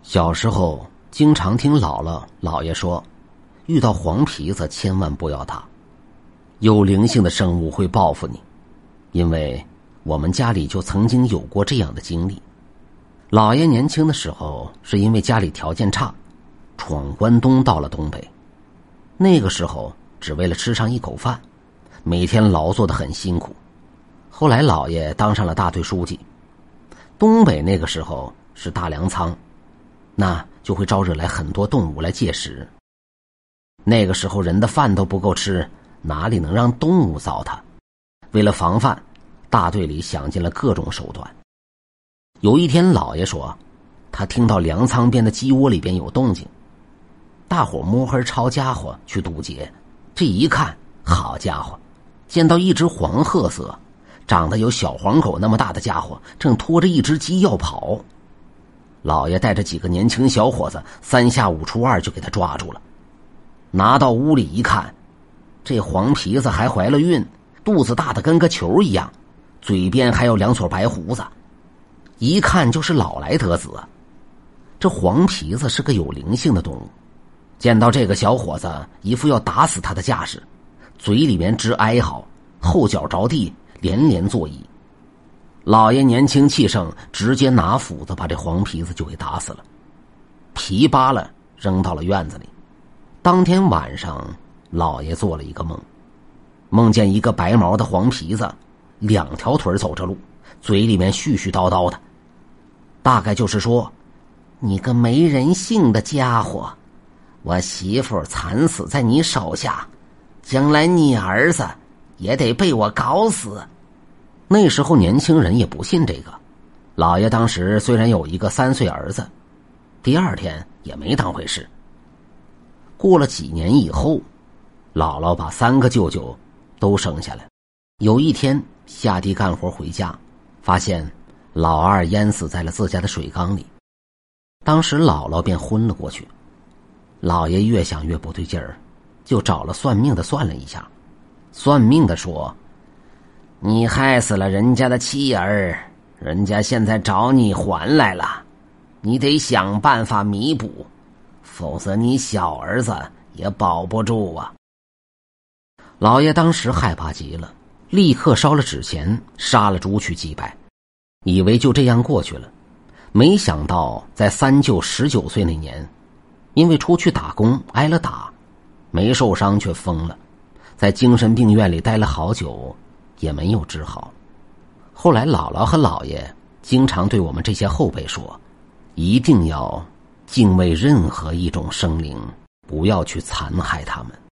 小时候经常听姥姥姥爷说，遇到黄皮子千万不要打，有灵性的生物会报复你。因为我们家里就曾经有过这样的经历。姥爷年轻的时候是因为家里条件差，闯关东到了东北。那个时候只为了吃上一口饭，每天劳作得很辛苦。后来姥爷当上了大队书记。东北那个时候是大粮仓，那就会招惹来很多动物来借食。那个时候人的饭都不够吃，哪里能让动物糟蹋？为了防范，大队里想尽了各种手段。有一天姥爷说，他听到粮仓边的鸡窝里边有动静，大伙摸黑抄家伙去堵截。这一看，好家伙，见到一只黄褐色长得有小黄狗那么大的家伙正拖着一只鸡要跑。老爷带着几个年轻小伙子三下五除二就给他抓住了。拿到屋里一看，这黄皮子还怀了孕，肚子大的跟个球一样，嘴边还有两撮白胡子，一看就是老来得子。这黄皮子是个有灵性的动物，见到这个小伙子一副要打死他的架势，嘴里面直哀嚎，后脚着地连连作揖。老爷年轻气盛，直接拿斧子把这黄皮子就给打死了，皮扒了扔到了院子里。当天晚上，老爷做了一个梦，梦见一个白毛的黄皮子，两条腿走着路，嘴里面絮絮叨叨的，大概就是说，你个没人性的家伙，我媳妇惨死在你手下，将来你儿子也得被我搞死。那时候年轻人也不信这个，老爷当时虽然有一个3岁儿子，第二天也没当回事。过了几年以后，姥姥把3个舅舅都生下来。有一天下地干活回家，发现老二淹死在了自家的水缸里。当时姥姥便昏了过去。老爷越想越不对劲儿，就找了算命的算了一下。算命的说，你害死了人家的妻儿，人家现在找你还来了，你得想办法弥补，否则你小儿子也保不住啊。老爷当时害怕极了，立刻烧了纸钱，杀了猪去祭拜，以为就这样过去了。没想到在三舅19岁那年，因为出去打工挨了打，没受伤却疯了，在精神病院里待了好久，也没有治好。后来姥姥和姥爷经常对我们这些后辈说，一定要敬畏任何一种生灵，不要去残害他们。